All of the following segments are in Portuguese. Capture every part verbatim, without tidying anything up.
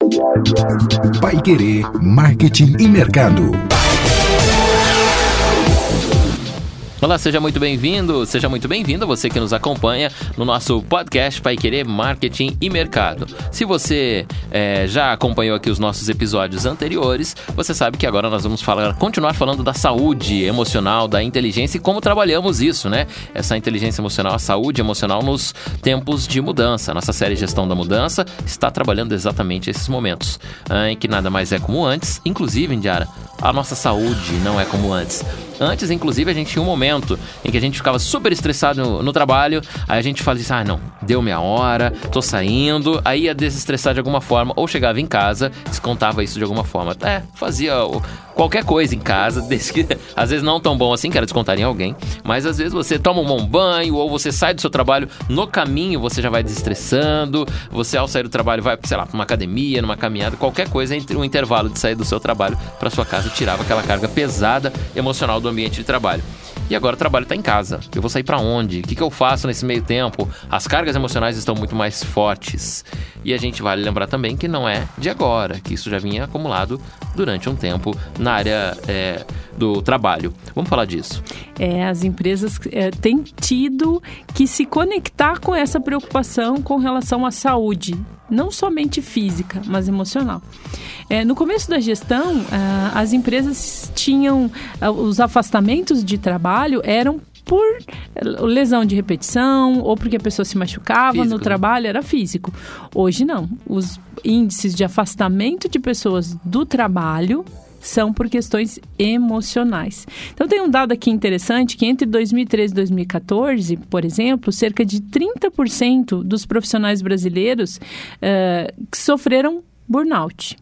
Paiquerê Marketing e Mercado. Olá, seja muito bem-vindo, seja muito bem-vinda você que nos acompanha no nosso podcast Paiquerê Marketing e Mercado. Se você é, já acompanhou aqui os nossos episódios anteriores, você sabe que agora nós vamos falar, continuar falando da saúde emocional, da inteligência e como trabalhamos isso, né? Essa inteligência emocional, a saúde emocional nos tempos de mudança. Nossa série Gestão da Mudança está trabalhando exatamente esses momentos, em que nada mais é como antes, inclusive, Indiara, a nossa saúde não é como antes. Antes, inclusive, a gente tinha um momento em que a gente ficava super estressado no, no trabalho, aí a gente fazia assim, ah, não, deu minha hora, tô saindo, aí ia desestressar de alguma forma, ou chegava em casa, descontava isso de alguma forma. É, fazia o, qualquer coisa em casa, que, às vezes não tão bom assim, que era descontar em alguém, mas às vezes você toma um bom banho, ou você sai do seu trabalho, no caminho você já vai desestressando, você ao sair do trabalho vai, sei lá, pra uma academia, numa caminhada, qualquer coisa entre o intervalo de sair do seu trabalho para sua casa, tirava aquela carga pesada emocional do ambiente de trabalho. E agora o trabalho está em casa. Eu vou sair para onde? O que, que eu faço nesse meio tempo? As cargas emocionais estão muito mais fortes. E a gente vale lembrar também que não é de agora, que isso já vinha acumulado durante um tempo na área é, do trabalho. Vamos falar disso. É, as empresas é, têm tido que se conectar com essa preocupação com relação à saúde, não somente física, mas emocional. É, no começo da gestão, ah, as empresas tinham, ah, os afastamentos de trabalho eram por lesão de repetição ou porque a pessoa se machucava físico, no trabalho, era físico. Hoje não. Os índices de afastamento de pessoas do trabalho são por questões emocionais. Então, tem um dado aqui interessante que entre dois mil e treze e dois mil e quatorze, por exemplo, cerca de trinta por cento dos profissionais brasileiros uh, sofreram burnout.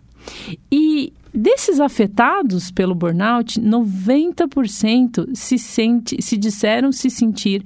E desses afetados pelo burnout, noventa por cento se, sente, se disseram se sentir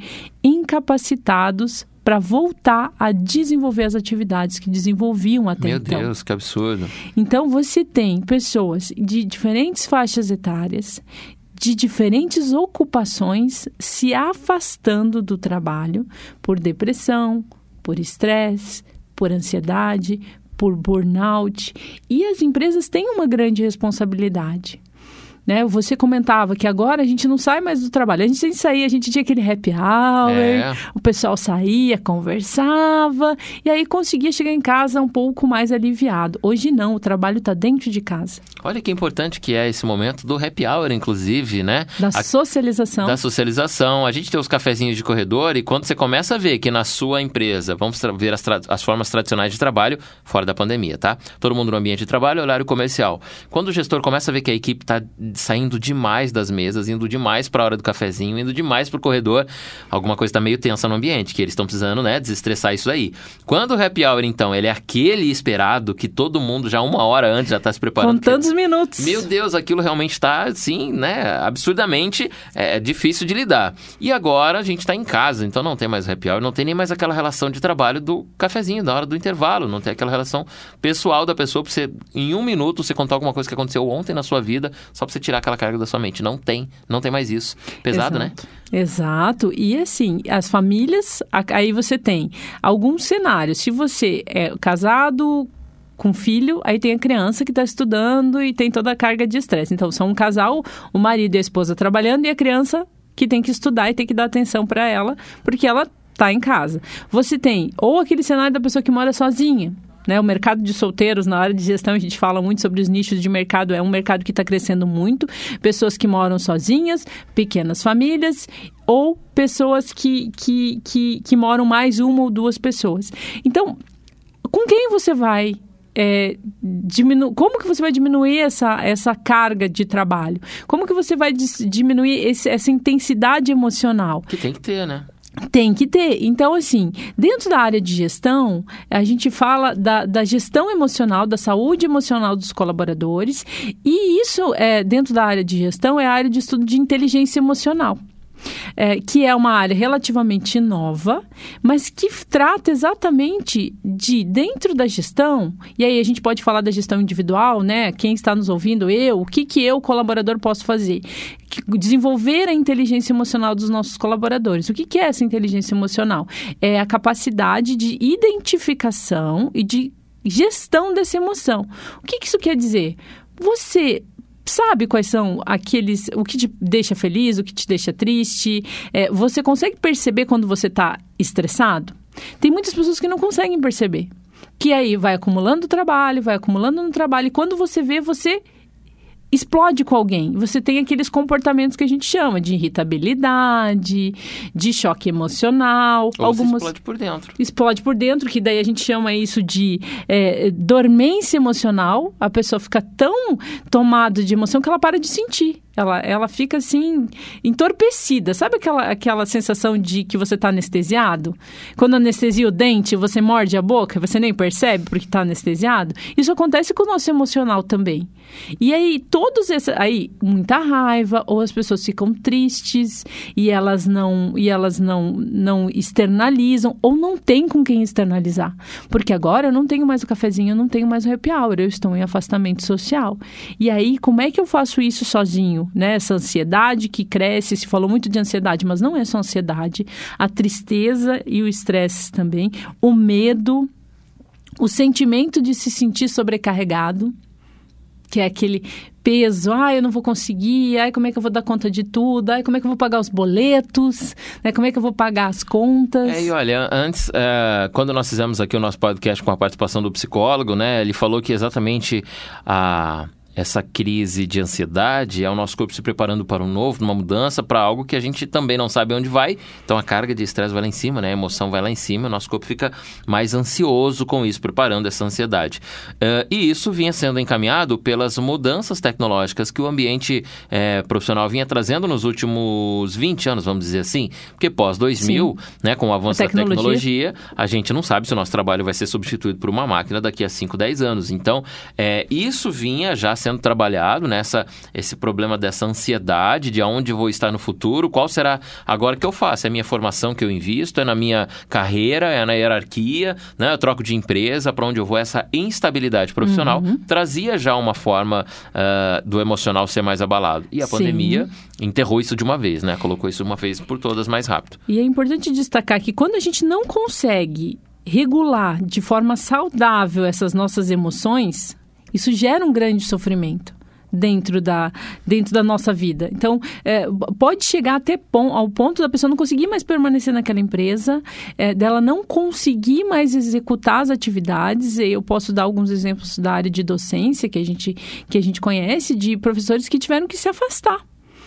incapacitados para voltar a desenvolver as atividades que desenvolviam até Meu então. Meu Deus, que absurdo. Então, você tem pessoas de diferentes faixas etárias, de diferentes ocupações, se afastando do trabalho por depressão, por estresse, por ansiedade, por burnout. E as empresas têm uma grande responsabilidade. Né? Você comentava que agora a gente não sai mais do trabalho. A gente tem que sair, a gente tinha aquele happy hour, é. O pessoal saía, conversava, e aí conseguia chegar em casa um pouco mais aliviado. Hoje não, o trabalho está dentro de casa. Olha que importante que é esse momento do happy hour, inclusive, né? Da a, socialização. Da socialização. A gente tem os cafezinhos de corredor e quando você começa a ver que na sua empresa, vamos tra- ver as, tra- as formas tradicionais de trabalho, fora da pandemia, tá? Todo mundo no ambiente de trabalho, horário comercial. Quando o gestor começa a ver que a equipe está saindo demais das mesas, indo demais para a hora do cafezinho, indo demais para o corredor, alguma coisa está meio tensa no ambiente, que eles estão precisando, né, desestressar isso aí. Quando o happy hour, então, ele é aquele esperado que todo mundo já uma hora antes já está se preparando. Com tantos minutos. Meu Deus, aquilo realmente está, assim, né, absurdamente é, difícil de lidar. E agora a gente está em casa, então não tem mais happy hour, não tem nem mais aquela relação de trabalho do cafezinho, da hora do intervalo, não tem aquela relação pessoal da pessoa para você, em um minuto, você contar alguma coisa que aconteceu ontem na sua vida, só para você tirar aquela carga da sua mente. Não tem, não tem mais isso. Pesado, Exato. Né? Exato. E assim, as famílias, aí você tem alguns cenários. Se você é casado com filho, aí tem a criança que está estudando e tem toda a carga de estresse. Então, são um casal, o marido e a esposa trabalhando e a criança que tem que estudar e tem que dar atenção para ela, porque ela está em casa. Você tem ou aquele cenário da pessoa que mora sozinha, né? O mercado de solteiros, na área de gestão, a gente fala muito sobre os nichos de mercado, é um mercado que está crescendo muito. Pessoas que moram sozinhas, pequenas famílias ou pessoas que, que, que, que moram mais uma ou duas pessoas. Então, com quem você vai É, diminu- como que você vai diminuir essa, essa carga de trabalho? Como que você vai dis- diminuir esse, essa intensidade emocional? Que tem que ter, né? Tem que ter. Então, assim, dentro da área de gestão, a gente fala da, da gestão emocional, da saúde emocional dos colaboradores, e isso, é, dentro da área de gestão, é a área de estudo de inteligência emocional. É, que é uma área relativamente nova, mas que trata exatamente de, dentro da gestão, e aí a gente pode falar da gestão individual, né? Quem está nos ouvindo, eu, o que, que eu, colaborador, posso fazer? Desenvolver a inteligência emocional dos nossos colaboradores. O que, que é essa inteligência emocional? É a capacidade de identificação e de gestão dessa emoção. O que, que isso quer dizer? Você sabe quais são aqueles, o que te deixa feliz, o que te deixa triste? É, você consegue perceber quando você está estressado? Tem muitas pessoas que não conseguem perceber. Que aí vai acumulando trabalho, vai acumulando no trabalho, e quando você vê, você explode com alguém. Você tem aqueles comportamentos que a gente chama de irritabilidade, de choque emocional. Ou algumas... você explode por dentro. Explode por dentro, que daí a gente chama isso de é, dormência emocional. A pessoa fica tão tomada de emoção que ela para de sentir. Ela, ela fica, assim, entorpecida. Sabe aquela, aquela sensação de que você está anestesiado? Quando anestesia o dente, você morde a boca, você nem percebe porque está anestesiado? Isso acontece com o nosso emocional também. E aí, todos esses... Aí, muita raiva, ou as pessoas ficam tristes e elas não, e elas não, não externalizam, ou não tem com quem externalizar. Porque agora eu não tenho mais o cafezinho, eu não tenho mais o happy hour, eu estou em afastamento social. E aí, como é que eu faço isso sozinho? Né? Essa ansiedade que cresce, se falou muito de ansiedade, mas não é só ansiedade, a tristeza e o estresse também, o medo, o sentimento de se sentir sobrecarregado, que é aquele peso, ah, eu não vou conseguir, ai, como é que eu vou dar conta de tudo, ai, como é que eu vou pagar os boletos, né? Como é que eu vou pagar as contas. É, e olha, antes, é, quando nós fizemos aqui o nosso podcast com a participação do psicólogo, né, ele falou que exatamente a... essa crise de ansiedade é o nosso corpo se preparando para um novo, uma mudança, para algo que a gente também não sabe onde vai. Então, a carga de estresse vai lá em cima, né? A emoção vai lá em cima, o nosso corpo fica mais ansioso com isso, preparando essa ansiedade. Uh, e isso vinha sendo encaminhado pelas mudanças tecnológicas que o ambiente eh, profissional vinha trazendo nos últimos vinte anos, vamos dizer assim. Porque pós dois mil, né, com o avanço da tecnologia, a gente não sabe se o nosso trabalho vai ser substituído por uma máquina daqui a cinco, dez anos. Então, eh, isso vinha já sendo sendo trabalhado, nessa, esse problema dessa ansiedade de aonde vou estar no futuro, qual será agora que eu faço? É a minha formação que eu invisto? É na minha carreira? É na hierarquia? Né? Eu troco de empresa, para onde eu vou? Essa instabilidade profissional uhum. trazia já uma forma uh, do emocional ser mais abalado. E a Sim. pandemia enterrou isso de uma vez, né? Colocou isso de uma vez por todas mais rápido. E é importante destacar que quando a gente não consegue regular de forma saudável essas nossas emoções, isso gera um grande sofrimento dentro da, dentro da nossa vida. Então, é, pode chegar até pon- ao ponto da pessoa não conseguir mais permanecer naquela empresa, é, dela não conseguir mais executar as atividades. Eu posso dar alguns exemplos da área de docência que a gente, que a gente conhece, de professores que tiveram que se afastar,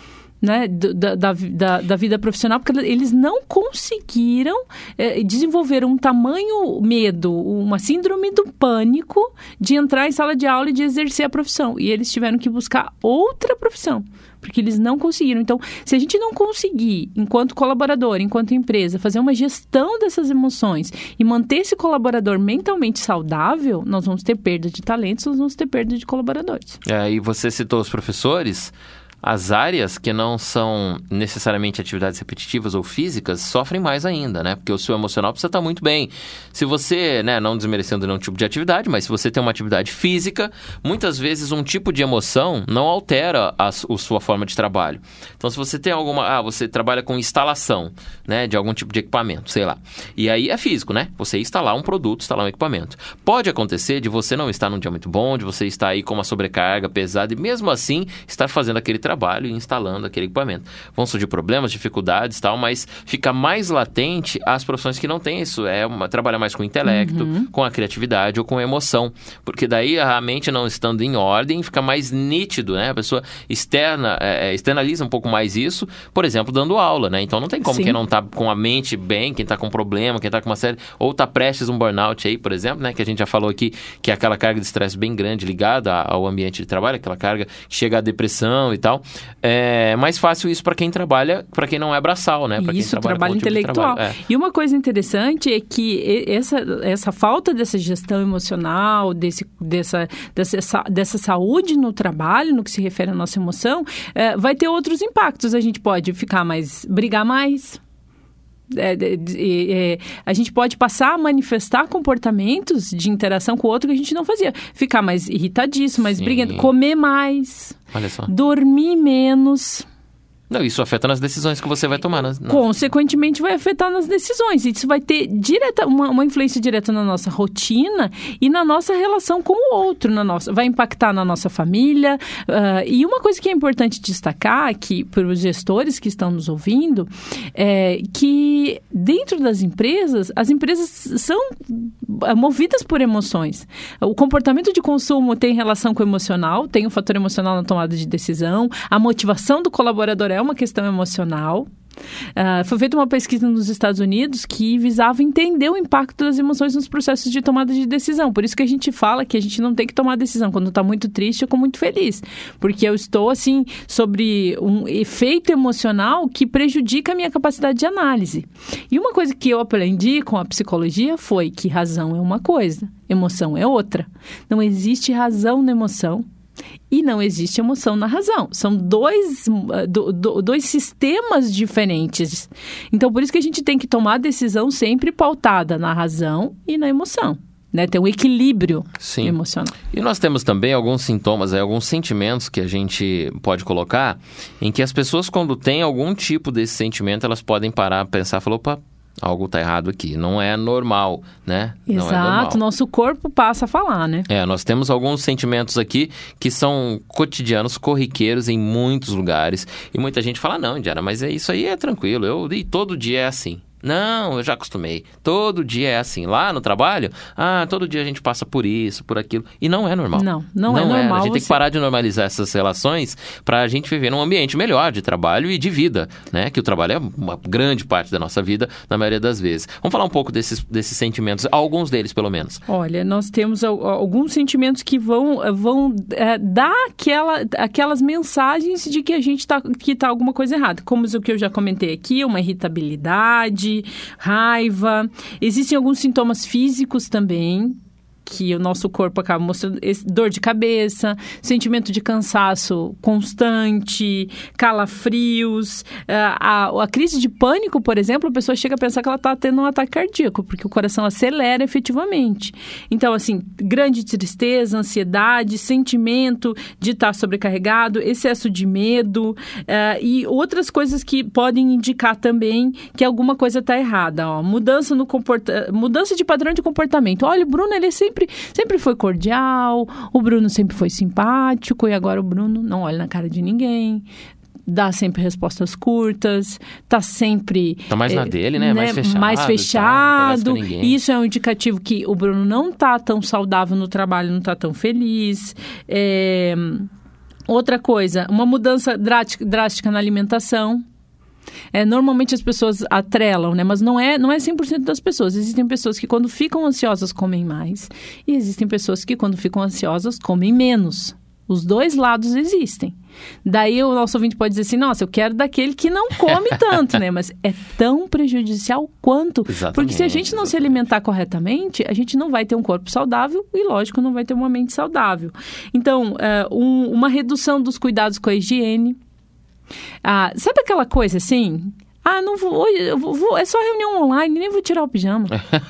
né, da, da, da, da vida profissional, porque eles não conseguiram é, desenvolver um tamanho medo, uma síndrome do pânico de entrar em sala de aula e de exercer a profissão. E eles tiveram que buscar outra profissão, porque eles não conseguiram. Então, se a gente não conseguir, enquanto colaborador, enquanto empresa, fazer uma gestão dessas emoções e manter esse colaborador mentalmente saudável, nós vamos ter perda de talentos, nós vamos ter perda de colaboradores. É, e você citou os professores. As áreas que não são necessariamente atividades repetitivas ou físicas sofrem mais ainda, né? Porque o seu emocional precisa estar muito bem. Se você, né, não desmerecendo nenhum tipo de atividade, mas se você tem uma atividade física, muitas vezes um tipo de emoção não altera a, a sua forma de trabalho. Então, se você tem alguma... Ah, você trabalha com instalação, né, de algum tipo de equipamento, sei lá. E aí é físico, né? Você instalar um produto, instalar um equipamento. Pode acontecer de você não estar num dia muito bom, de você estar aí com uma sobrecarga pesada e mesmo assim estar fazendo aquele trabalho trabalho e instalando aquele equipamento. Vão surgir problemas, dificuldades e tal, mas fica mais latente as profissões que não têm isso. É uma, trabalhar mais com o intelecto, uhum. com a criatividade ou com a emoção. Porque daí a mente não estando em ordem, fica mais nítido, né? A pessoa externa, é, externaliza um pouco mais isso, por exemplo, dando aula, né? Então não tem como Sim. quem não tá com a mente bem, quem tá com problema, quem tá com uma série, ou tá prestes um burnout aí, por exemplo, né? Que a gente já falou aqui, que é aquela carga de estresse bem grande ligada ao ambiente de trabalho, aquela carga que chega à depressão e tal. É mais fácil isso para quem trabalha, para quem não é braçal, né? Pra isso, quem trabalha trabalho com intelectual. Tipo de trabalho. É. E uma coisa interessante é que essa, essa falta dessa gestão emocional, desse, dessa, dessa, dessa saúde no trabalho, no que se refere à nossa emoção, é, vai ter outros impactos. A gente pode ficar mais, brigar mais. É, é, é, a gente pode passar a manifestar comportamentos de interação com o outro que a gente não fazia. Ficar mais irritadíssimo, mais briguento, comer mais, Olha só. dormir menos. Não, isso afeta nas decisões que você vai tomar. Nas, nas... Consequentemente, vai afetar nas decisões. Isso vai ter direta, uma, uma influência direta na nossa rotina e na nossa relação com o outro. Na nossa, vai impactar na nossa família. Uh, e uma coisa que é importante destacar aqui para os gestores que estão nos ouvindo é que dentro das empresas, as empresas são movidas por emoções. O comportamento de consumo tem relação com o emocional, tem um fator emocional na tomada de decisão. A motivação do colaborador é uma questão emocional. Uh, foi feita uma pesquisa nos Estados Unidos que visava entender o impacto das emoções nos processos de tomada de decisão. Por isso que a gente fala que a gente não tem que tomar decisão quando está muito triste ou muito feliz. Porque eu estou, assim, sobre um efeito emocional que prejudica a minha capacidade de análise. E uma coisa que eu aprendi com a psicologia foi que razão é uma coisa, emoção é outra. Não existe razão na emoção. E não existe emoção na razão. São dois, do, do, dois sistemas diferentes. Então, por isso que a gente tem que tomar a decisão sempre pautada na razão e na emoção. Né? Ter um equilíbrio Sim. emocional. E nós temos também alguns sintomas, alguns sentimentos que a gente pode colocar, em que as pessoas, quando têm algum tipo desse sentimento, elas podem parar, pensar e falar, opa, algo está errado aqui, não é normal, né? Exato, não é normal. Nosso corpo passa a falar, né? É, nós temos alguns sentimentos aqui que são cotidianos, corriqueiros em muitos lugares. E muita gente fala, não, Indiara, mas é isso aí é tranquilo, eu, e todo dia é assim. Não, eu já acostumei. Todo dia é assim. Lá no trabalho, ah, todo dia a gente passa por isso, por aquilo. E não é normal. Não, não, não é normal. É. A gente você... tem que parar de normalizar essas relações para a gente viver num ambiente melhor de trabalho e de vida, né? Que o trabalho é uma grande parte da nossa vida, na maioria das vezes. Vamos falar um pouco desses, desses sentimentos, alguns deles, pelo menos. Olha, nós temos alguns sentimentos que vão, vão é, dar aquela, aquelas mensagens de que a gente tá, que tá alguma coisa errada. Como o que eu já comentei aqui, uma irritabilidade, raiva. Existem alguns sintomas físicos também, que o nosso corpo acaba mostrando, dor de cabeça, sentimento de cansaço constante, calafrios, a, a, a crise de pânico, por exemplo, a pessoa chega a pensar que ela está tendo um ataque cardíaco, porque o coração acelera efetivamente. Então, assim, grande tristeza, ansiedade, sentimento de estar sobrecarregado, excesso de medo uh, e outras coisas que podem indicar também que alguma coisa está errada. Ó. Mudança, no comporta... Mudança de padrão de comportamento. Olha, o Bruno, ele é sempre Sempre, sempre foi cordial, o Bruno sempre foi simpático e agora o Bruno não olha na cara de ninguém, dá sempre respostas curtas, tá sempre... Tá mais na dele, né? né? Mais fechado. Mais fechado. Tá, isso é um indicativo que o Bruno não tá tão saudável no trabalho, não tá tão feliz. É... Outra coisa, uma mudança drástica, drástica na alimentação. É, normalmente as pessoas atrelam, né? Mas não é, não é cem por cento das pessoas. Existem pessoas que quando ficam ansiosas comem mais e existem pessoas que quando ficam ansiosas comem menos. Os dois lados existem. Daí o nosso ouvinte pode dizer assim, nossa, eu quero daquele que não come tanto, né? Mas é tão prejudicial quanto. Exatamente, porque se a gente não exatamente. se alimentar corretamente, a gente não vai ter um corpo saudável e, lógico, não vai ter uma mente saudável. Então, é, um, uma redução dos cuidados com a higiene. Ah, sabe aquela coisa assim? Ah, não vou, eu vou, vou, é só reunião online, nem vou tirar o pijama.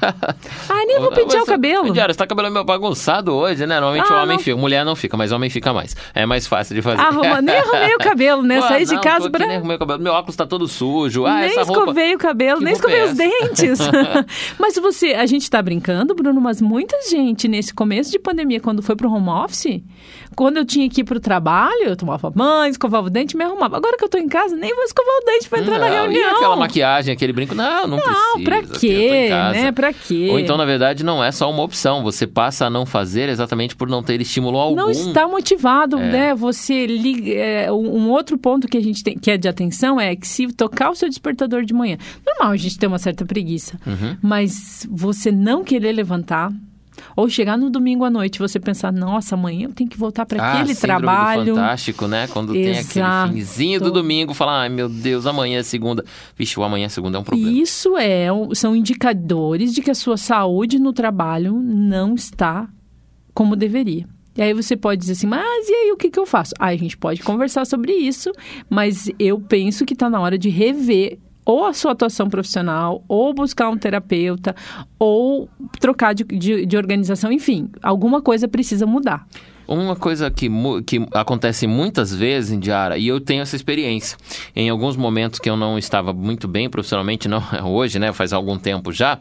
Ah, nem vou pentear você, o cabelo. Diário, você tá com o cabelo meio bagunçado hoje, né? Normalmente ah, o homem não... fica, mulher não fica, mas o homem fica mais. É mais fácil de fazer. Arruma, nem arrumei o cabelo, né? Pô, Saí não, de casa pra... pra... Nem o cabelo. Meu óculos tá todo sujo. Ah, nem essa roupa... escovei o cabelo, que nem escovei é os dentes. Mas você, a gente tá brincando, Bruno, mas muita gente nesse começo de pandemia, quando foi pro home office, quando eu tinha que ir pro trabalho, eu tomava banho, escovava o dente e me arrumava. Agora que eu tô em casa, nem vou escovar o dente pra entrar não, na reunião. E aquela maquiagem, aquele brinco, não, não, não precisa. Não, pra quê, né? Pra quê? Ou então, na verdade, não é só uma opção. Você passa a não fazer exatamente por não ter estímulo algum. Não está motivado, é. né? Você liga... É, um outro ponto que a gente tem, que é de atenção é que se tocar o seu despertador de manhã, normal a gente ter uma certa preguiça, uhum. mas você não querer levantar, ou chegar no domingo à noite e você pensar, nossa, amanhã eu tenho que voltar para ah, aquele trabalho. Do fantástico, né? Quando Exato. Tem aquele finzinho do domingo, falar, ai meu Deus, amanhã é segunda. Vixe, o amanhã é segunda é um problema. Isso é, são indicadores de que a sua saúde no trabalho não está como deveria. E aí você pode dizer assim, mas e aí o que, que eu faço? Aí a gente pode conversar sobre isso, mas eu penso que está na hora de rever ou a sua atuação profissional, ou buscar um terapeuta, ou trocar de, de, de organização, enfim, alguma coisa precisa mudar. Uma coisa que, que acontece muitas vezes, Indiara, e eu tenho essa experiência, em alguns momentos que eu não estava muito bem profissionalmente, não hoje, né, faz algum tempo já,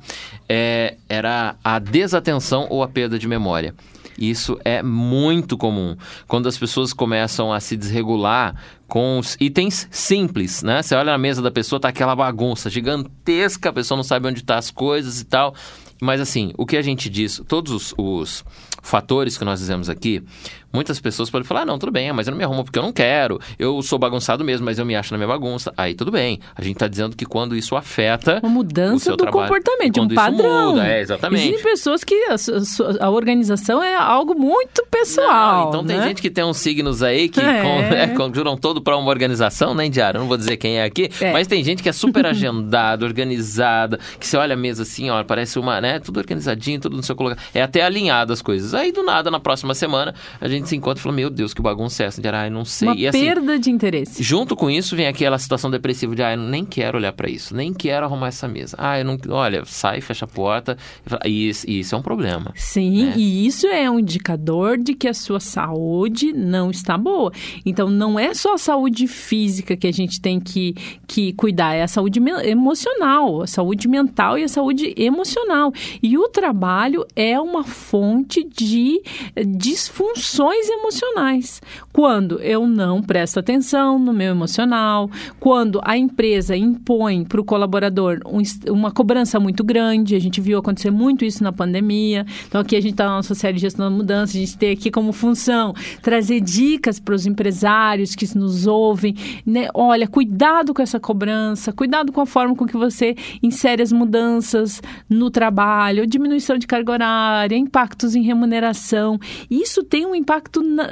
é, era a desatenção ou a perda de memória. Isso é muito comum. Quando as pessoas começam a se desregular com os itens simples, né? Você olha na mesa da pessoa, tá aquela bagunça gigantesca, a pessoa não sabe onde tá as coisas e tal. Mas assim, o que a gente diz, todos os, os fatores que nós dizemos aqui, muitas pessoas podem falar, ah, não, tudo bem, mas eu não me arrumo porque eu não quero, eu sou bagunçado mesmo, mas eu me acho na minha bagunça. Aí tudo bem, a gente está dizendo que quando isso afeta uma mudança o seu do trabalho, comportamento, um isso padrão. Muda, é, exatamente. Existem pessoas que a, a organização é algo muito pessoal. Não, então né? tem gente que tem uns signos aí que é. con, é, conjuram todo para uma organização, né, Indiara? Eu não vou dizer quem é aqui, é. mas tem gente que é super agendada, organizada, que você olha a mesa assim, ó, parece uma, né, tudo organizadinho, tudo no seu lugar. É até alinhado as coisas. Aí do nada, na próxima semana, a gente se encontra e fala, meu Deus, que bagunça é essa? De, ah, eu não sei. Uma e, assim, perda de interesse. Junto com isso vem aquela situação depressiva de, ah, eu nem quero olhar para isso, nem quero arrumar essa mesa. Ah, eu não, olha, sai, fecha a porta. E isso, isso é um problema. Sim, né? E isso é um indicador de que a sua saúde não está boa. Então, não é só a saúde física que a gente tem que, que cuidar, é a saúde emocional, a saúde mental e a saúde emocional. E o trabalho é uma fonte de disfunções emocionais. Quando eu não presto atenção no meu emocional, quando a empresa impõe para o colaborador um, uma cobrança muito grande, a gente viu acontecer muito isso na pandemia. Então, aqui a gente está na nossa série de Gestão da Mudança, a gente tem aqui como função trazer dicas para os empresários que nos ouvem, né? Olha, cuidado com essa cobrança, cuidado com a forma com que você insere as mudanças no trabalho, diminuição de carga horária, impactos em remuneração. Isso tem um impacto na,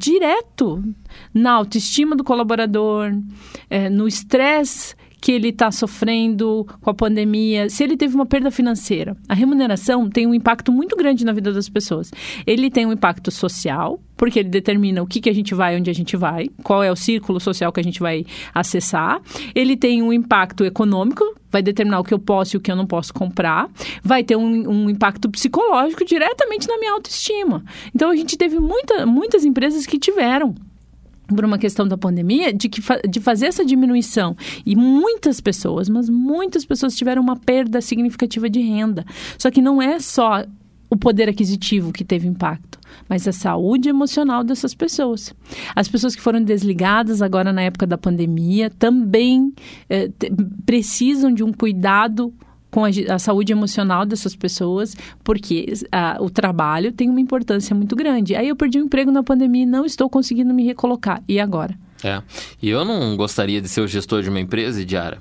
direto na autoestima do colaborador, é, no estresse que ele está sofrendo com a pandemia, se ele teve uma perda financeira. A remuneração tem um impacto muito grande na vida das pessoas. Ele tem um impacto social, porque ele determina o que, que a gente vai, onde a gente vai, qual é o círculo social que a gente vai acessar. Ele tem um impacto econômico, vai determinar o que eu posso e o que eu não posso comprar. Vai ter um, um impacto psicológico diretamente na minha autoestima. Então, a gente teve muita, muitas empresas que tiveram, por uma questão da pandemia, de, que fa- de fazer essa diminuição. E muitas pessoas, mas muitas pessoas tiveram uma perda significativa de renda. Só que não é só o poder aquisitivo que teve impacto, mas a saúde emocional dessas pessoas. As pessoas que foram desligadas agora na época da pandemia também eh, te- precisam de um cuidado com a, a saúde emocional dessas pessoas, porque a, o trabalho tem uma importância muito grande. Aí eu perdi o emprego na pandemia e não estou conseguindo me recolocar. E agora? É. E eu não gostaria de ser o gestor de uma empresa, Indiara,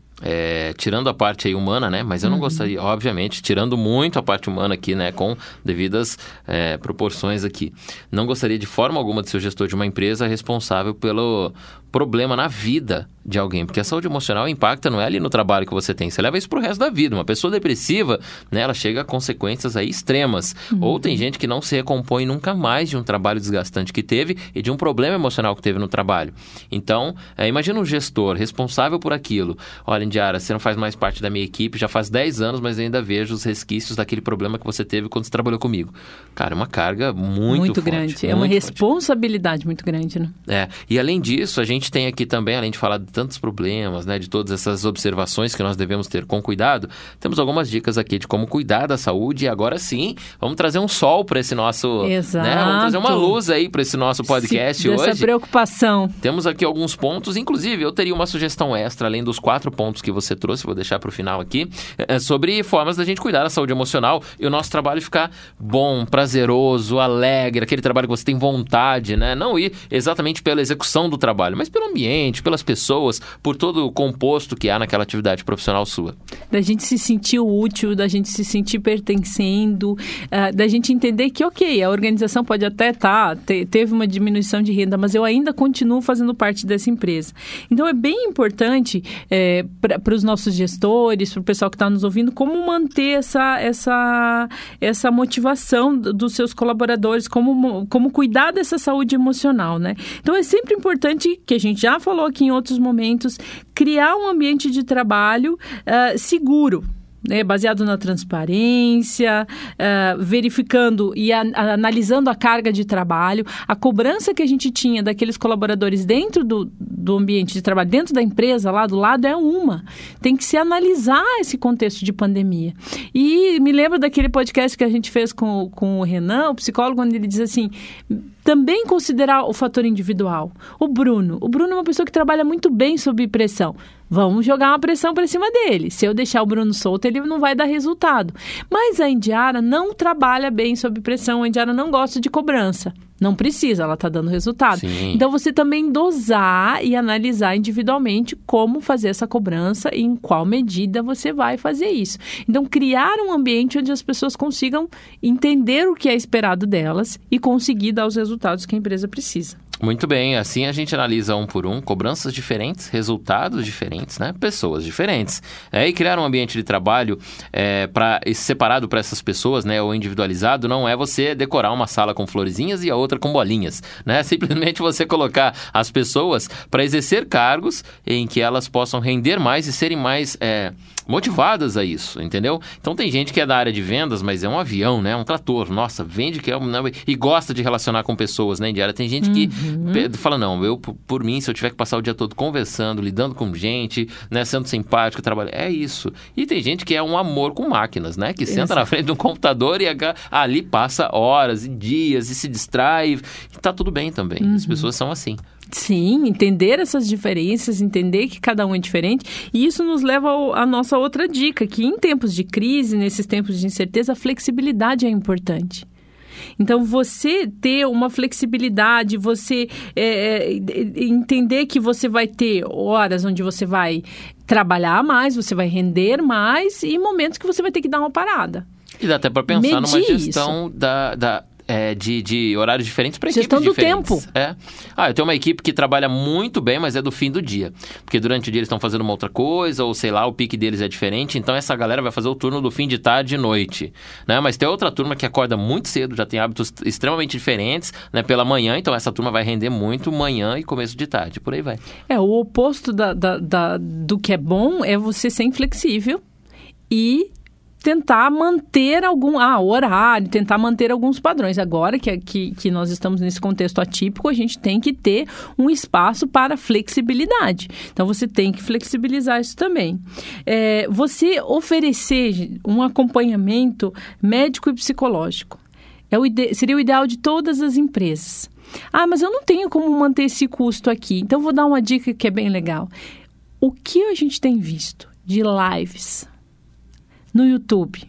é, tirando a parte aí humana, né? Mas eu não uhum. gostaria, obviamente, tirando muito a parte humana aqui, né? Com devidas é, proporções aqui. Não gostaria de forma alguma de ser o gestor de uma empresa responsável pelo problema na vida de alguém, porque a saúde emocional impacta, não é ali no trabalho que você tem, você leva isso pro resto da vida. Uma pessoa depressiva, né, ela chega a consequências aí extremas. Uhum. Ou tem gente que não se recompõe nunca mais de um trabalho desgastante que teve e de um problema emocional que teve no trabalho. Então, é, imagina um gestor responsável por aquilo. Olha, Indiara, você não faz mais parte da minha equipe, já faz dez anos, mas eu ainda vejo os resquícios daquele problema que você teve quando você trabalhou comigo. Cara, é uma carga muito, muito forte, grande. Muito é uma forte. responsabilidade muito grande, né? É, e além disso, a gente tem aqui também, além de falar de tantos problemas, né, de todas essas observações que nós devemos ter com cuidado, temos algumas dicas aqui de como cuidar da saúde. E agora sim, vamos trazer um sol para esse nosso... Exato. Né, vamos trazer uma luz aí para esse nosso podcast Se, hoje. Dessa preocupação. Temos aqui alguns pontos, inclusive eu teria uma sugestão extra, além dos quatro pontos que você trouxe, vou deixar para o final aqui, é sobre formas da gente cuidar da saúde emocional e o nosso trabalho ficar bom, prazeroso, alegre, aquele trabalho que você tem vontade, né? Não ir exatamente pela execução do trabalho, mas pelo ambiente, pelas pessoas, por todo o composto que há naquela atividade profissional sua. Da gente se sentir útil, da gente se sentir pertencendo, uh, da gente entender que, ok, a organização pode até tá, te, teve uma diminuição de renda, mas eu ainda continuo fazendo parte dessa empresa. Então, é bem importante é, para os nossos gestores, para o pessoal que está nos ouvindo, como manter essa, essa, essa motivação dos seus colaboradores, como, como cuidar dessa saúde emocional, né? Então, é sempre importante, que a gente já falou aqui em outros momentos, criar um ambiente de trabalho uh, seguro. né, baseado na transparência, uh, verificando e a, a, analisando a carga de trabalho, a cobrança que a gente tinha daqueles colaboradores dentro do, do ambiente de trabalho, dentro da empresa, lá do lado, é uma. Tem que se analisar esse contexto de pandemia. E me lembro daquele podcast que a gente fez com, com o Renan, o psicólogo, onde ele diz assim, também considerar o fator individual. O Bruno, o Bruno é uma pessoa que trabalha muito bem sob pressão. Vamos jogar uma pressão para cima dele. Se eu deixar o Bruno solto, ele não vai dar resultado. Mas a Indiara não trabalha bem sob pressão. A Indiara não gosta de cobrança. Não precisa, ela está dando resultado. Sim. Então, você também dosar e analisar individualmente como fazer essa cobrança e em qual medida você vai fazer isso. Então, criar um ambiente onde as pessoas consigam entender o que é esperado delas e conseguir dar os resultados que a empresa precisa. Muito bem, assim a gente analisa um por um, cobranças diferentes, resultados diferentes, né? Pessoas diferentes. É, e criar um ambiente de trabalho é, pra, separado para essas pessoas, né? Ou individualizado, não é você decorar uma sala com florezinhas e a outra com bolinhas, né? Simplesmente você colocar as pessoas para exercer cargos em que elas possam render mais e serem mais é, motivadas a isso, entendeu? Então tem gente que é da área de vendas, mas é um avião, né? Um trator, nossa, vende que é um, não, e gosta de relacionar com pessoas, né, Indiara? Tem gente que Uhum. fala, não, eu, por mim, se eu tiver que passar o dia todo conversando, lidando com gente, né, sendo simpático, trabalhando, é isso. E tem gente que é um amor com máquinas, né, que senta Exato. Na frente de um computador e ali passa horas e dias e se distrai, e tá tudo bem também. Uhum. As pessoas são assim. Sim, entender essas diferenças, entender que cada um é diferente. E isso nos leva à nossa outra dica, que em tempos de crise, nesses tempos de incerteza, a flexibilidade é importante. Então, você ter uma flexibilidade, você é, entender que você vai ter horas onde você vai trabalhar mais, você vai render mais e momentos que você vai ter que dar uma parada. E dá até para pensar Medir numa gestão isso. da... da... É, de, de horários diferentes para equipes diferentes. Gestão do tempo. É. Ah, eu tenho uma equipe que trabalha muito bem, mas é do fim do dia. Porque durante o dia eles estão fazendo uma outra coisa, ou sei lá, o pique deles é diferente. Então essa galera vai fazer o turno do fim de tarde e noite. Né? Mas tem outra turma que acorda muito cedo, já tem hábitos extremamente diferentes, né, pela manhã. Então essa turma vai render muito manhã e começo de tarde. Por aí vai. É, o oposto da, da, da, do que é bom é você ser inflexível e tentar manter algum ah, horário, tentar manter alguns padrões. Agora que, que, que nós estamos nesse contexto atípico, a gente tem que ter um espaço para flexibilidade. Então, você tem que flexibilizar isso também. É, você oferecer um acompanhamento médico e psicológico é o ide- seria o ideal de todas as empresas. Ah, mas eu não tenho como manter esse custo aqui. Então, vou dar uma dica que é bem legal. O que a gente tem visto de lives no YouTube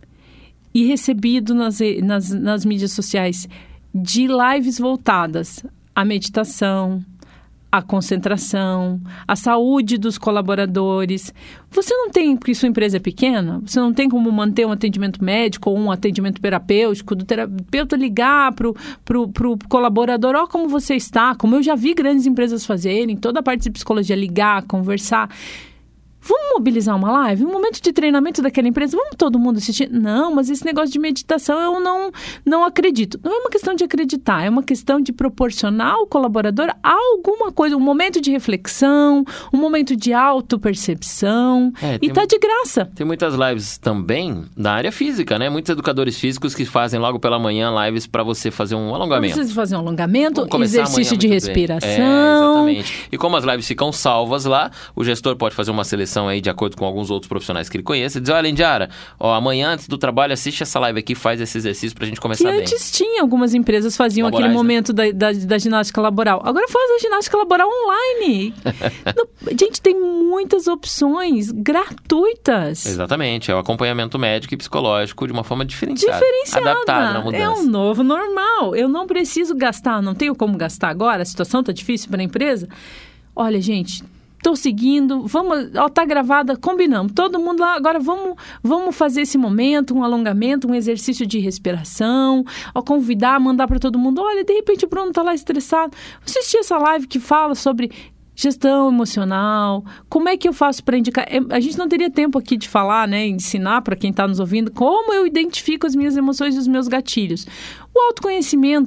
e recebido nas, nas, nas mídias sociais de lives voltadas à meditação, à concentração, à saúde dos colaboradores. Você não tem, porque sua empresa é pequena, você não tem como manter um atendimento médico ou um atendimento terapêutico, do terapeuta ligar para o colaborador, ó como você está, como eu já vi grandes empresas fazerem, toda a parte de psicologia, ligar, conversar. Vamos mobilizar uma live? Um momento de treinamento daquela empresa? Vamos todo mundo assistir? Não, mas esse negócio de meditação eu não, não acredito. Não é uma questão de acreditar, é uma questão de proporcionar ao colaborador alguma coisa, um momento de reflexão, um momento de autopercepção. É, e tá de graça. Tem muitas lives também na área física, né? Muitos educadores físicos que fazem logo pela manhã lives para você fazer um alongamento. Pra você fazer um alongamento, exercício de respiração. É, exatamente. E como as lives ficam salvas lá, o gestor pode fazer uma seleção aí de acordo com alguns outros profissionais que ele conhece e dizer, olha, Indiara, ó, amanhã antes do trabalho assiste essa live aqui, faz esse exercício pra gente começar que bem. Antes tinha, algumas empresas faziam Laborais, aquele momento né? da, da, da ginástica laboral. Agora faz a ginástica laboral online. No, gente, tem muitas opções gratuitas. Exatamente, é o acompanhamento médico e psicológico de uma forma diferenciada. Diferenciada. Adaptada na mudança. É um novo normal. Eu não preciso gastar, não tenho como gastar agora, a situação tá difícil para a empresa. Olha, gente... Estou seguindo, vamos, ó, tá gravada, combinamos. Todo mundo lá, agora vamos, vamos fazer esse momento, um alongamento, um exercício de respiração, ó, convidar, mandar para todo mundo. Olha, de repente o Bruno tá lá estressado. Assistir essa live que fala sobre gestão emocional, como é que eu faço para indicar? A gente não teria tempo aqui de falar, né, ensinar para quem está nos ouvindo como eu identifico as minhas emoções e os meus gatilhos. O autoconhecimento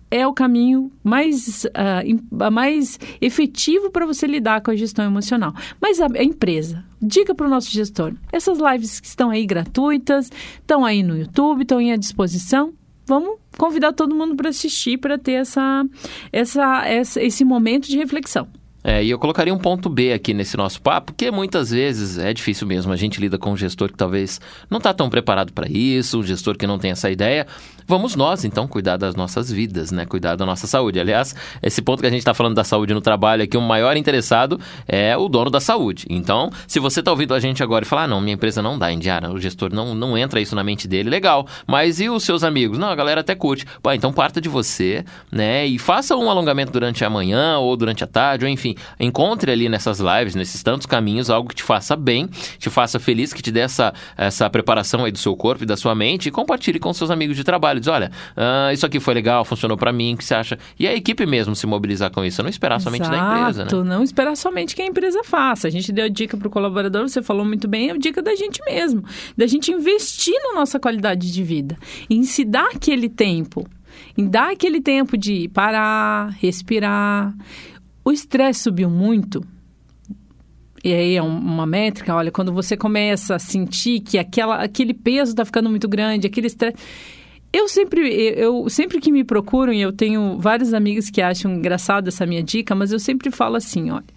é o caminho mais, uh, mais efetivo para você lidar com a gestão emocional. Mas a, a empresa, dica para o nosso gestor, essas lives que estão aí gratuitas, estão aí no YouTube, estão aí à disposição, vamos convidar todo mundo para assistir, para ter essa, essa, essa, esse momento de reflexão. É, e eu colocaria um ponto B aqui nesse nosso papo, porque muitas vezes é difícil mesmo. A gente lida com um gestor que talvez não está tão preparado para isso, um gestor que não tem essa ideia. Vamos nós, então, cuidar das nossas vidas, né? Cuidar da nossa saúde. Aliás, esse ponto que a gente está falando da saúde no trabalho aqui, o maior interessado é o dono da saúde. Então, se você está ouvindo a gente agora e falar, ah, não, minha empresa não dá, Indiara, o gestor não, não entra isso na mente dele, legal. Mas e os seus amigos? Não, a galera até curte. Pô, então parta de você, né? E faça um alongamento durante a manhã ou durante a tarde, ou enfim, encontre ali nessas lives, nesses tantos caminhos, algo que te faça bem, te faça feliz, que te dê essa, essa preparação aí do seu corpo e da sua mente e compartilhe com seus amigos de trabalho. Diz, olha, uh, isso aqui foi legal, funcionou pra mim, o que você acha? E a equipe mesmo se mobilizar com isso, não esperar Exato, somente da empresa, né? Não esperar somente que a empresa faça. A gente deu a dica pro colaborador, você falou muito bem, é a dica da gente mesmo, da gente investir na nossa qualidade de vida, em se dar aquele tempo, em dar aquele tempo de parar, respirar. O estresse subiu muito, e aí é uma métrica, olha, quando você começa a sentir que aquela, aquele peso está ficando muito grande, aquele estresse... Eu sempre, eu, sempre que me procuram, e eu tenho várias amigas que acham engraçado essa minha dica, mas eu sempre falo assim, olha,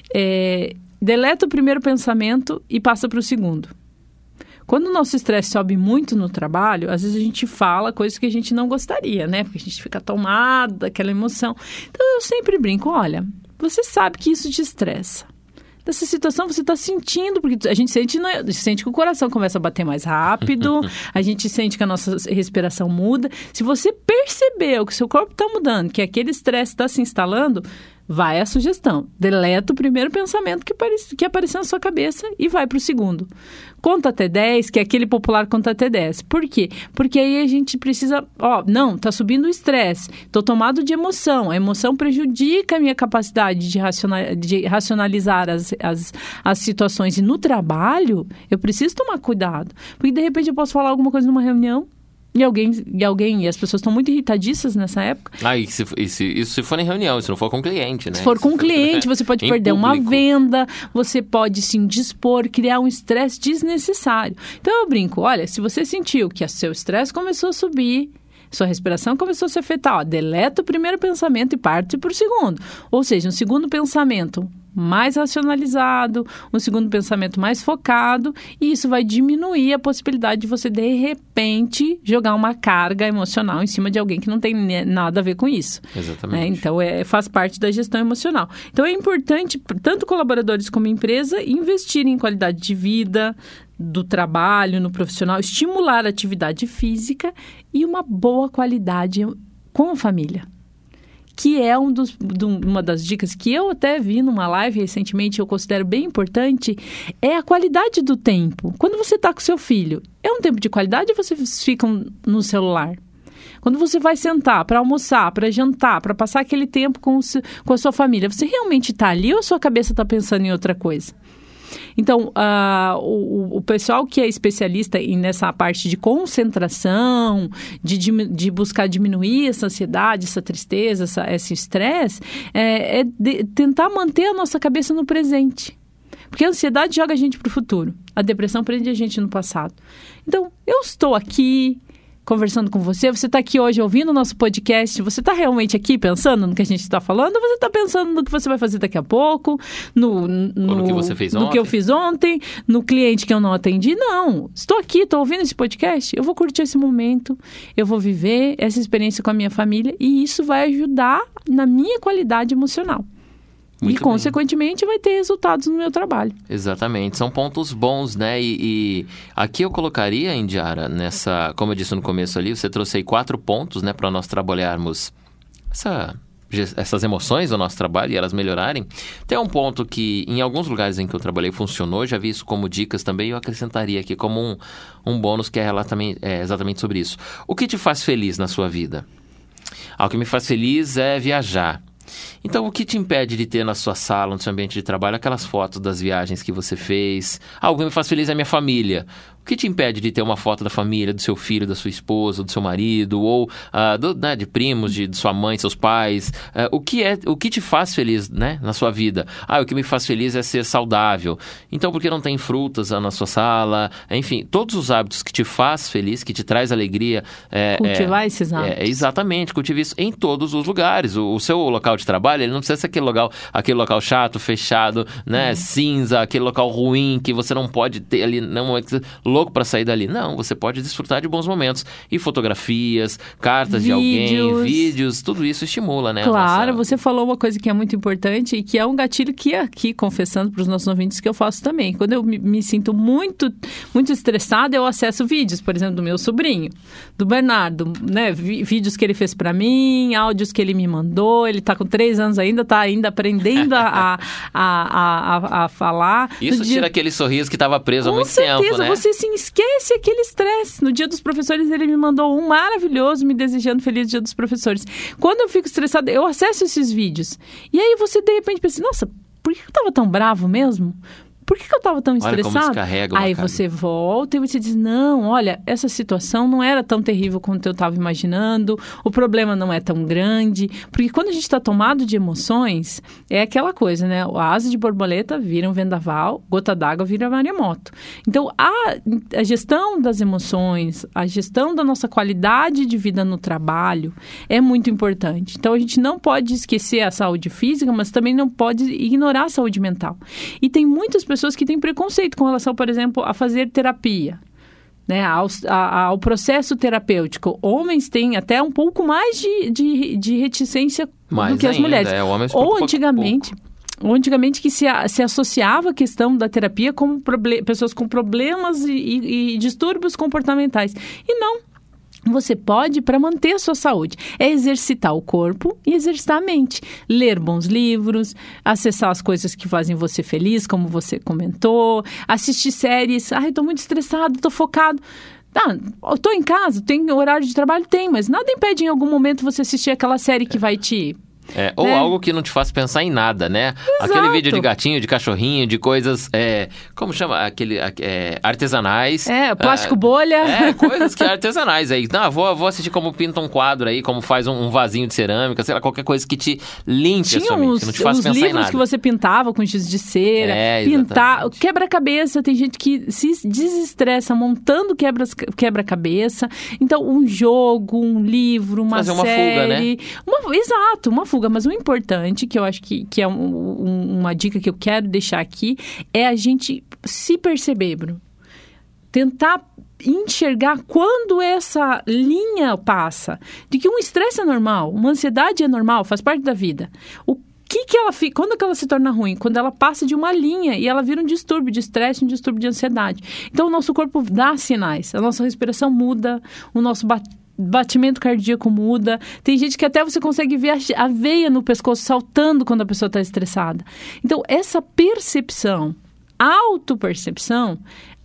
é, deleta o primeiro pensamento e passa para o segundo. Quando o nosso estresse sobe muito no trabalho, às vezes a gente fala coisas que a gente não gostaria, né? Porque a gente fica tomado daquela emoção. Então, eu sempre brinco, olha, você sabe que isso te estressa. Dessa situação você está sentindo, porque a gente sente, né? Sente que o coração começa a bater mais rápido, a gente sente que a nossa respiração muda. Se você percebeu que seu corpo está mudando, que aquele estresse está se instalando, vai a sugestão. Deleta o primeiro pensamento que, apare... que apareceu na sua cabeça e vai para o segundo. Conta até dez, que é aquele popular conta até dez. Por quê? Porque aí a gente precisa... Ó, não, tá subindo o estresse. Tô tomado de emoção. A emoção prejudica a minha capacidade de, raciona... de racionalizar as, as, as situações. E no trabalho, eu preciso tomar cuidado. Porque, de repente, eu posso falar alguma coisa numa reunião, E alguém, e alguém, e as pessoas estão muito irritadiças nessa época. Ah, e se, e se, isso se for em reunião, se não for com cliente, né? Se for com um cliente, você pode perder uma venda, você pode se indispor, criar um estresse desnecessário. Então eu brinco, olha, se você sentiu que o seu estresse começou a subir, sua respiração começou a se afetar, ó, deleta o primeiro pensamento e parte para o segundo. Ou seja, um segundo pensamento mais racionalizado, um segundo pensamento mais focado, e isso vai diminuir a possibilidade de você, de repente, jogar uma carga emocional em cima de alguém que não tem nada a ver com isso. Exatamente. Né? Então, é, faz parte da gestão emocional. Então, é importante, tanto colaboradores como empresa, investirem em qualidade de vida, do trabalho, no profissional, estimular a atividade física e uma boa qualidade com a família. Que é um dos, uma das dicas que eu até vi numa live recentemente, eu considero bem importante, é a qualidade do tempo. Quando você está com seu filho, é um tempo de qualidade ou vocês ficam no celular? Quando você vai sentar para almoçar, para jantar, para passar aquele tempo com, o, com a sua família, você realmente está ali ou a sua cabeça está pensando em outra coisa? Então, uh, o, o pessoal que é especialista em, nessa parte de concentração, de, de, de buscar diminuir essa ansiedade, essa tristeza, essa, esse estresse, é, é de, tentar manter a nossa cabeça no presente. Porque a ansiedade joga a gente para o futuro, a depressão prende a gente no passado. Então, eu estou aqui conversando com você, você está aqui hoje ouvindo o nosso podcast, você está realmente aqui pensando no que a gente está falando, ou você está pensando no que você vai fazer daqui a pouco, no, no, no que você fez no ontem, que eu fiz ontem, no cliente que eu não atendi? Não, estou aqui, estou ouvindo esse podcast, eu vou curtir esse momento, eu vou viver essa experiência com a minha família e isso vai ajudar na minha qualidade emocional. Muito e, bem. Consequentemente, vai ter resultados no meu trabalho. Exatamente. São pontos bons, né? E, e aqui eu colocaria, Indiara, nessa... Como eu disse no começo ali, você trouxe aí quatro pontos, né? Para nós trabalharmos essa, essas emoções do nosso trabalho e elas melhorarem. Tem um ponto que, em alguns lugares em que eu trabalhei, funcionou. Já vi isso como dicas também. Eu acrescentaria aqui como um, um bônus que é, é exatamente sobre isso. O que te faz feliz na sua vida? Ah, o que me faz feliz é viajar. Então, o que te impede de ter na sua sala, no seu ambiente de trabalho, aquelas fotos das viagens que você fez? Ah, o que me faz feliz é a minha família. O que te impede de ter uma foto da família, do seu filho, da sua esposa, do seu marido, ou uh, do, né, de primos, de, de sua mãe, seus pais? Uh, o, que é, o que te faz feliz, né, na sua vida? Ah, o que me faz feliz é ser saudável. Então, por que não tem frutas na sua sala? Enfim, todos os hábitos que te faz feliz, que te traz alegria. É, Cultivar é, esses hábitos. É, exatamente, cultive isso em todos os lugares. O, o seu local de trabalho, ele não precisa ser aquele local, aquele local chato, fechado, né, uhum. cinza, aquele local ruim que você não pode ter ali, não é louco para sair dali. Não, você pode desfrutar de bons momentos. E fotografias, cartas vídeos. de alguém, vídeos, tudo isso estimula, né? Claro, nossa... você falou uma coisa que é muito importante e que é um gatilho que aqui, confessando para os nossos ouvintes, que eu faço também. Quando eu me, me sinto muito, muito estressada, eu acesso vídeos, por exemplo, do meu sobrinho, do Bernardo, né? V- vídeos que ele fez para mim, áudios que ele me mandou. Ele tá com três anos ainda, tá ainda aprendendo a, a, a, a, a falar. Isso no tira dia... aquele sorriso que estava preso há muito certeza, tempo, né? Você se esquece aquele estresse. No dia dos professores, ele me mandou um maravilhoso, me desejando feliz dia dos professores. Quando eu fico estressada, eu acesso esses vídeos. E aí você, de repente, pensa, nossa, por que eu tava tão bravo mesmo? Por que, que eu estava tão estressada? Olha como descarrega uma Aí cara. Você volta e você diz, não, olha, essa situação não era tão terrível quanto eu estava imaginando, o problema não é tão grande, porque quando a gente está tomado de emoções, é aquela coisa, né? A asa de borboleta vira um vendaval, gota d'água vira maremoto. Então, a, a gestão das emoções, a gestão da nossa qualidade de vida no trabalho é muito importante. Então, a gente não pode esquecer a saúde física, mas também não pode ignorar a saúde mental. E tem muitas pessoas pessoas que têm preconceito com relação, por exemplo, a fazer terapia, né, ao, a, ao processo terapêutico. Homens têm até um pouco mais de, de, de reticência mais do que ainda, as mulheres. É, homens Ou pouco, antigamente... pouco. Ou antigamente que se, se associava a questão da terapia com proble- pessoas com problemas e, e, e distúrbios comportamentais. E não. Você pode para manter a sua saúde. É exercitar o corpo e exercitar a mente. Ler bons livros, acessar as coisas que fazem você feliz, como você comentou. Assistir séries. Ah, eu estou muito estressado, estou focado. Ah, eu estou em casa, tem horário de trabalho? Tem, mas nada impede em algum momento você assistir aquela série que vai te... É, ou né? Algo que não te faz pensar em nada, né? Exato. Aquele vídeo de gatinho, de cachorrinho, de coisas, é, como chama? Aquele, é, artesanais. É, plástico é, bolha. É, coisas que artesanais aí. Não, vou, vou assistir como pinta um quadro aí, como faz um, um vasinho de cerâmica, sei lá, qualquer coisa que te limpe Tinha a sua mente, uns, que não te faz uns pensar em livros nada. que você pintava com giz de cera, É, pintar, exatamente. quebra-cabeça, tem gente que se desestressa montando quebras, quebra-cabeça. Então, um jogo, um livro, uma Fazer uma série... fuga, né? Uma, exato, uma fuga. Mas o importante, que eu acho que, que é um, um, uma dica que eu quero deixar aqui, é a gente se perceber, Bruno. Tentar enxergar quando essa linha passa, de que um estresse é normal, uma ansiedade é normal, faz parte da vida. O que que ela fica, quando que ela se torna ruim? Quando ela passa de uma linha e ela vira um distúrbio de estresse, um distúrbio de ansiedade. Então, o nosso corpo dá sinais, a nossa respiração muda, o nosso batimento batimento cardíaco muda. Tem gente que até você consegue ver a veia no pescoço saltando quando a pessoa está estressada. Então, essa percepção, autopercepção,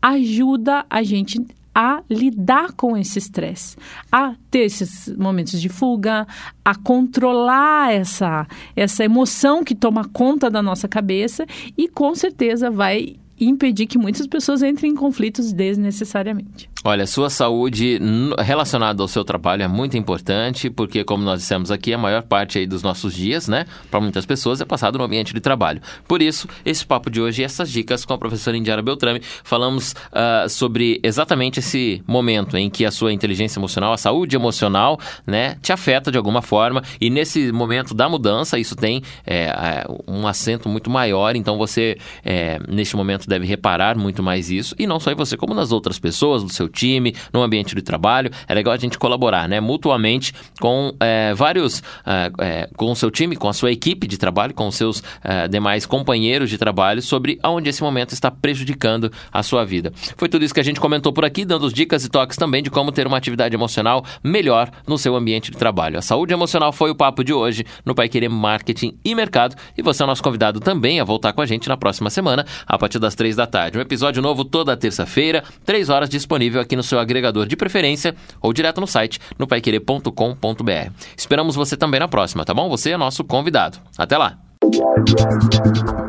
ajuda a gente a lidar com esse estresse, a ter esses momentos de fuga, a controlar essa, essa emoção que toma conta da nossa cabeça e, com certeza, vai impedir que muitas pessoas entrem em conflitos desnecessariamente. Olha, sua saúde relacionada ao seu trabalho é muito importante, porque, como nós dissemos aqui, a maior parte aí dos nossos dias, né, para muitas pessoas, é passado no ambiente de trabalho. Por isso, esse papo de hoje e essas dicas com a professora Indiara Beltrame, falamos uh, sobre exatamente esse momento em que a sua inteligência emocional, a saúde emocional, né, te afeta de alguma forma, e nesse momento da mudança, isso tem é, um acento muito maior, então você, é, neste momento, deve reparar muito mais isso, e não só em você, como nas outras pessoas, do seu time, no ambiente de trabalho. É legal a gente colaborar, né, mutuamente com é, vários, é, é, com o seu time, com a sua equipe de trabalho, com os seus é, demais companheiros de trabalho, sobre aonde esse momento está prejudicando a sua vida. Foi tudo isso que a gente comentou por aqui, dando dicas e toques também de como ter uma atividade emocional melhor no seu ambiente de trabalho. A saúde emocional foi o papo de hoje no Paiquerê Marketing e Mercado, e você é o nosso convidado também a voltar com a gente na próxima semana, a partir das três da tarde. Um episódio novo toda terça-feira, três horas, disponível aqui no seu agregador de preferência ou direto no site no paiquerê ponto com ponto b r. Esperamos você também na próxima, tá bom? Você é nosso convidado. Até lá!